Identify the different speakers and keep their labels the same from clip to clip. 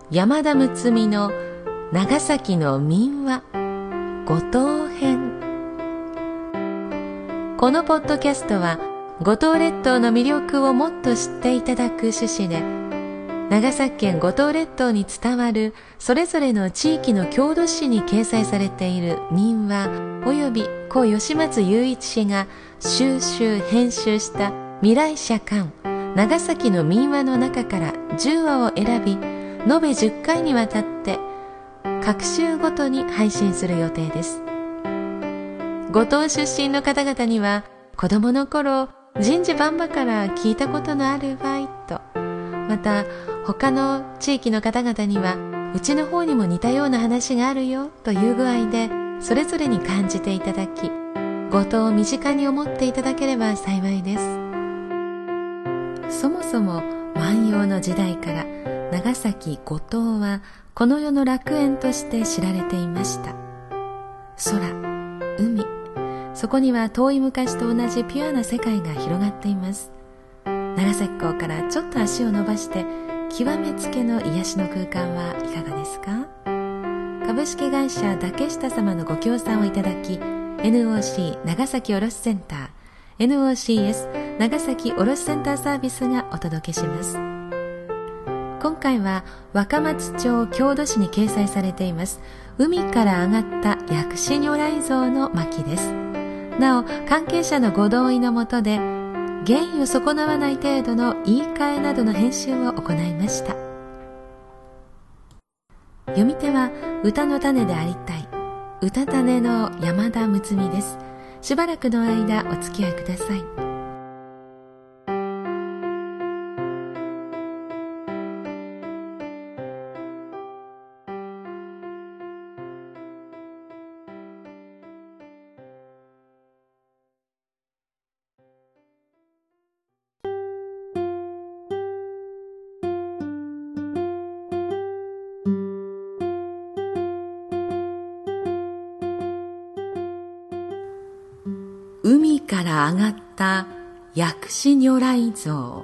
Speaker 1: 山田睦美の長崎の民話五島編。このポッドキャストは五島列島の魅力をもっと知っていただく趣旨で、長崎県五島列島に伝わるそれぞれの地域の郷土史に掲載されている民話および故吉松雄一氏が収集編集した未来社館長崎の民話の中から10話を選び、延べ10回にわたって各週ごとに配信する予定です。五島出身の方々には子供の頃人事番場から聞いたことのあるわいと、また他の地域の方々にはうちの方にも似たような話があるよという具合でそれぞれに感じていただき、五島を身近に思っていただければ幸いです。そもそも万葉の時代から長崎五島はこの世の楽園として知られていました。空、海、そこには遠い昔と同じピュアな世界が広がっています。長崎港からちょっと足を伸ばして極めつけの癒しの空間はいかがですか？株式会社竹下様のご協賛をいただき、 NOC 長崎卸センター NOCS 長崎卸センターサービスがお届けします。今回は若松町郷土史に掲載されています海から上がった薬師如来像の巻です。なお関係者のご同意のもとで原意を損なわない程度の言い換えなどの編集を行いました。読み手は歌の種でありたい歌種の山田睦美です。しばらくの間お付き合いください。海から上がった薬師如来像。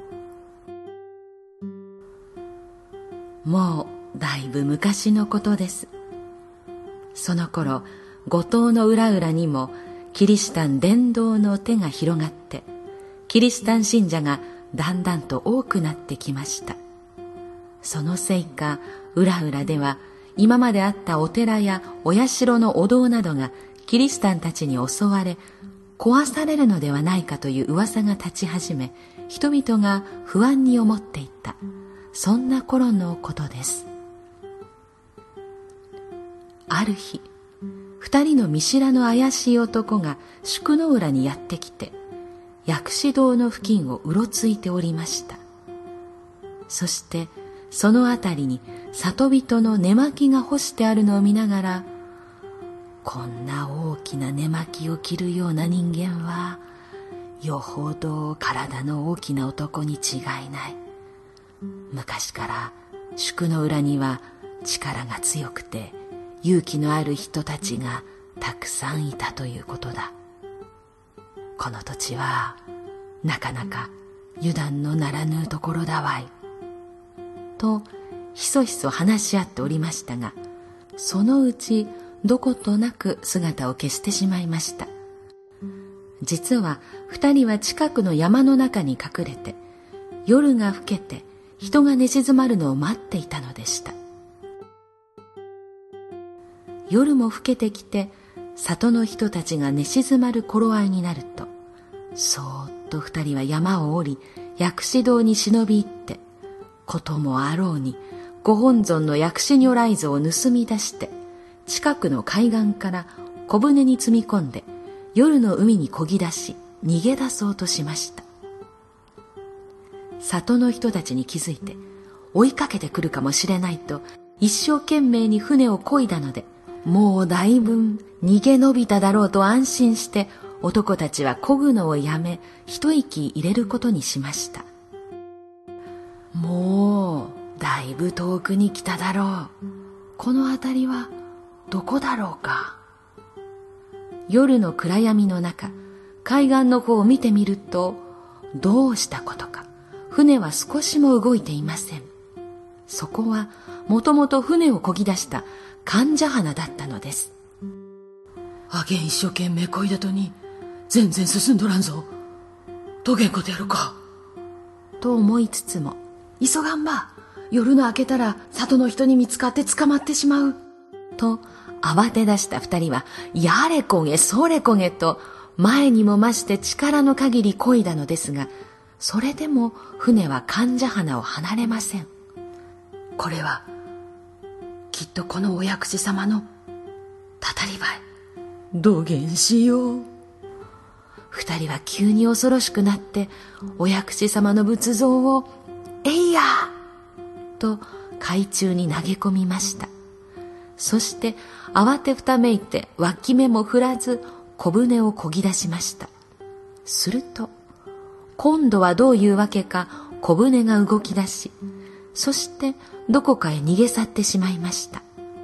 Speaker 1: もうだいぶ昔のことです。その頃五島の裏々にもキリシタン伝道の手が広がって、キリシタン信者がだんだんと多くなってきました。そのせいか裏々では今まであったお寺やお社のお堂などがキリシタンたちに襲われ壊されるのではないかという噂が立ち始め、人々が不安に思っていた、そんな頃のことです。ある日、2人の見知らぬ怪しい男が宿の浦にやってきて、薬師堂の付近をうろついておりました。そしてそのあたりに里人の寝巻きが干してあるのを見ながら、こんな大きな寝巻きを着るような人間はよほど体の大きな男に違いない。昔から宿の裏には力が強くて勇気のある人たちがたくさんいたということだ。この土地はなかなか油断のならぬところだわい。とひそひそ話し合っておりましたが、そのうちどことなく姿を消してしまいました。実は2人は近くの山の中に隠れて、夜が更けて人が寝静まるのを待っていたのでした。夜も更けてきて、里の人たちが寝静まる頃合いになると、そーっと2人は山を降り薬師堂に忍び入って、こともあろうにご本尊の薬師如来像を盗み出して、近くの海岸から小舟に積み込んで夜の海に漕ぎ出し逃げ出そうとしました。里の人たちに気づいて追いかけてくるかもしれないと一生懸命に船を漕いだので、もうだいぶ逃げ延びただろうと安心して男たちは漕ぐのをやめ一息入れることにしました。もうだいぶ遠くに来ただろう。この辺りはどこだろうか。夜の暗闇の中、海岸の方を見てみると、どうしたことか船は少しも動いていません。そこはもともと船を漕ぎ出した患者花だったのです。
Speaker 2: あげん一生懸命漕いだとに全然進んどらんぞ。どげんことやるか。
Speaker 1: と思いつつも、
Speaker 2: 急がんば。夜の明けたら里の人に見つかって捕まってしまう。
Speaker 1: と慌て出した二人は、やれこげそれこげと前にも増して力の限り漕いだのですが、それでも船は患者花を離れません。
Speaker 2: これはきっとこのお薬師様のたたりばい。どげんしよう。
Speaker 1: 二人は急に恐ろしくなって、お薬師様の仏像をえいやと海中に投げ込みました。そして慌てふためいて脇目も振らず小舟を漕ぎ出しました。すると今度はどういうわけか小舟が動き出し、そしてどこかへ逃げ去ってしまいました。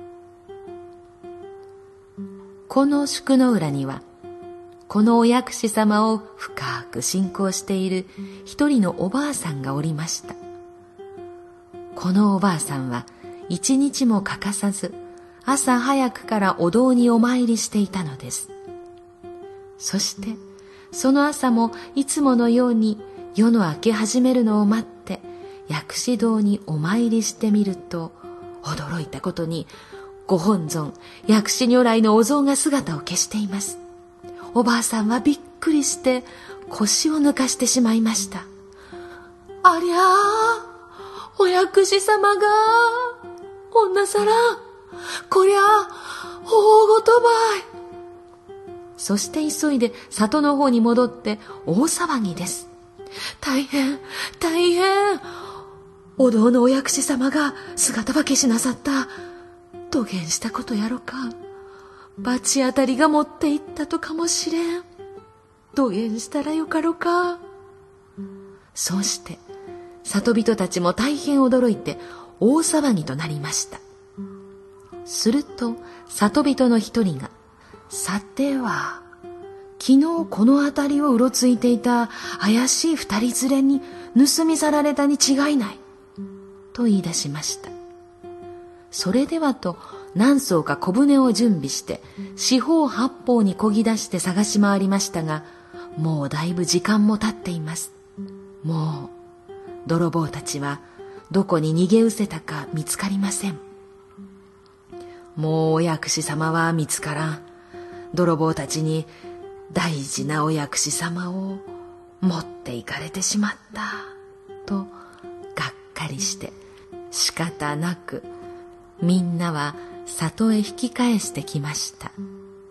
Speaker 1: この宿の浦には、このお薬師様を深く信仰している一人のおばあさんがおりました。このおばあさんは一日も欠かさず朝早くからお堂にお参りしていたのです。そしてその朝もいつものように夜の明け始めるのを待って薬師堂にお参りしてみると、驚いたことにご本尊薬師如来のお像が姿を消しています。おばあさんはびっくりして腰を抜かしてしまいました。ありゃあ、お薬師様が女さらん、こりゃ大ごとばい。そして急いで里の方に戻って大騒ぎです。大変大変、お堂のお薬師様が姿ば消しなさった。どげんしたことやろか。罰当たりが持って行ったとかもしれん。どげんしたらよかろか。そうして里人たちも大変驚いて大騒ぎとなりました。すると里人の一人が、さては昨日この辺りをうろついていた怪しい二人連れに盗み去られたに違いないと言い出しました。それではと何艘か小舟を準備して四方八方に漕ぎ出して探し回りましたが、もうだいぶ時間も経っています。もう泥棒たちはどこに逃げ失せたか見つかりません。もうお薬師様は見つからん。泥棒たちに大事なお薬師様を持って行かれてしまったとがっかりして仕方なくみんなは里へ引き返してきました。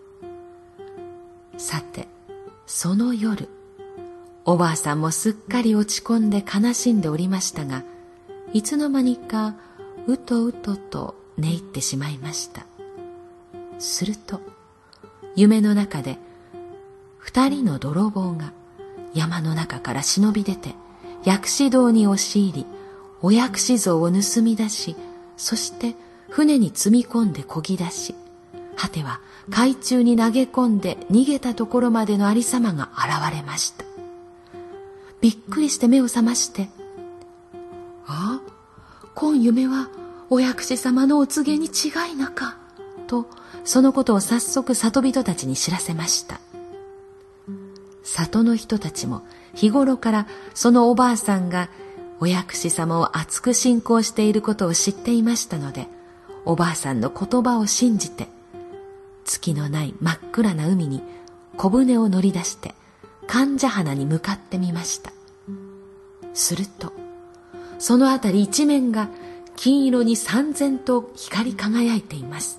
Speaker 1: さてその夜、おばあさんもすっかり落ち込んで悲しんでおりましたが、いつの間にかうとうとと寝入ってしまいました。すると夢の中で二人の泥棒が山の中から忍び出て薬師堂に押し入り、お薬師像を盗み出し、そして船に積み込んで漕ぎ出し、果ては海中に投げ込んで逃げたところまでのありさまが現れました。びっくりして目を覚まして、あ、今夢はお薬師様のお告げに違いなかと、そのことを早速里人たちに知らせました。里の人たちも日頃からそのおばあさんがお薬師様を厚く信仰していることを知っていましたので、おばあさんの言葉を信じて月のない真っ暗な海に小舟を乗り出して患者花に向かってみました。するとそのあたり一面が金色に燦然と光り輝いています。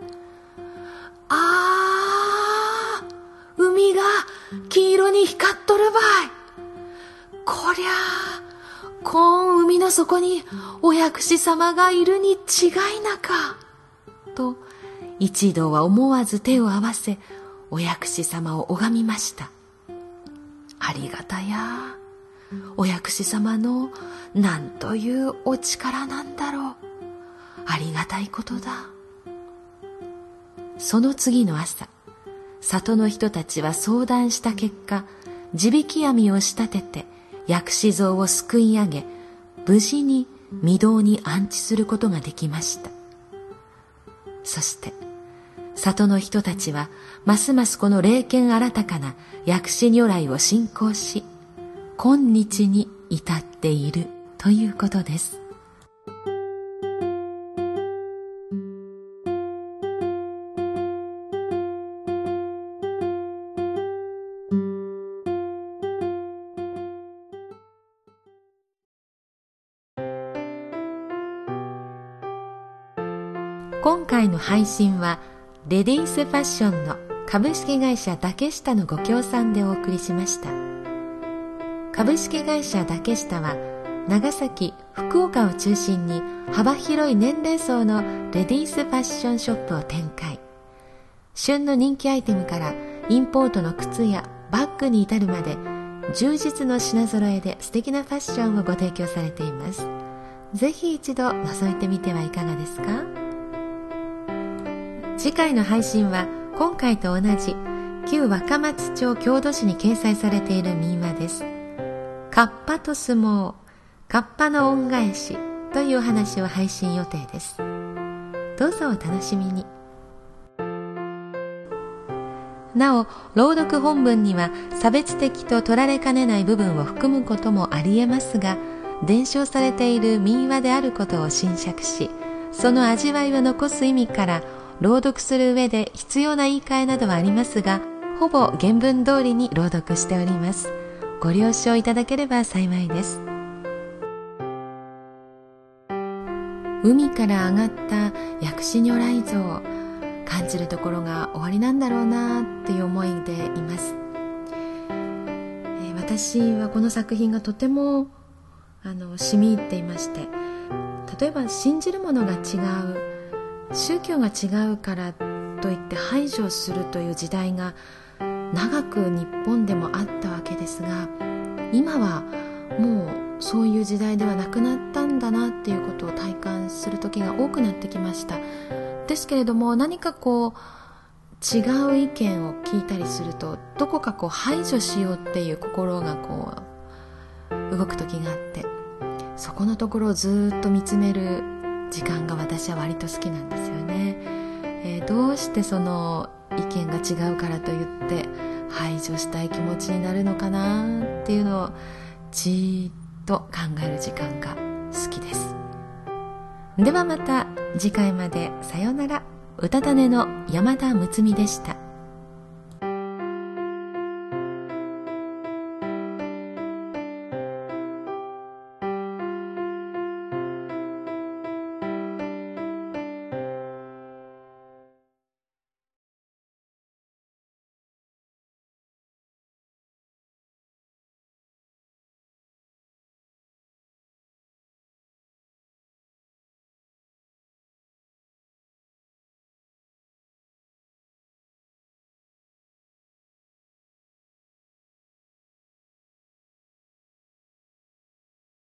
Speaker 1: ああ、海が金色に光っとるばい。こりゃあ、こん海の底にお薬師様がいるに違いなかと、一同は思わず手を合わせお薬師様を拝みました。ありがたや、お薬師様のなんというお力なんだろう。ありがたいことだ。その次の朝、里の人たちは相談した結果、地引き網を仕立てて薬師像をすくい上げ、無事に御堂に安置することができました。そして里の人たちはますますこの霊験新たかな薬師如来を信仰し、今日に至っているということです。今回の配信はレディースファッションの株式会社竹下のご協賛でお送りしました。株式会社竹下は長崎、福岡を中心に幅広い年齢層のレディースファッションショップを展開。旬の人気アイテムからインポートの靴やバッグに至るまで充実の品揃えで素敵なファッションをご提供されています。ぜひ一度覗いてみてはいかがですか？次回の配信は今回と同じ旧若松町郷土史に掲載されている民話です。カッパと相撲、カッパの恩返しというお話を配信予定です。どうぞお楽しみに。なお、朗読本文には差別的と取られかねない部分を含むこともありえますが、伝承されている民話であることを斟酌し、その味わいを残す意味から朗読する上で必要な言い換えなどはありますが、ほぼ原文通りに朗読しております。ご了承いただければ幸いです。海から上がった薬師如来像、感じるところが終わりなんだろうなっていう思いでいます。私はこの作品がとても染み入っていまして、例えば信じるものが違う、宗教が違うからといって排除するという時代が長く日本でもあったわけですが、今はもうそういう時代ではなくなったんだなっていうことを体感する時が多くなってきました。ですけれども、何か違う意見を聞いたりすると、どこか排除しようっていう心が動く時があって、そこのところをずっと見つめる時間が私は割と好きなんですよね。どうしてその意見が違うからといって排除したい気持ちになるのかなっていうのをじーっと考える時間が好きです。ではまた次回まで。さようなら。うたたねの山田睦美でした。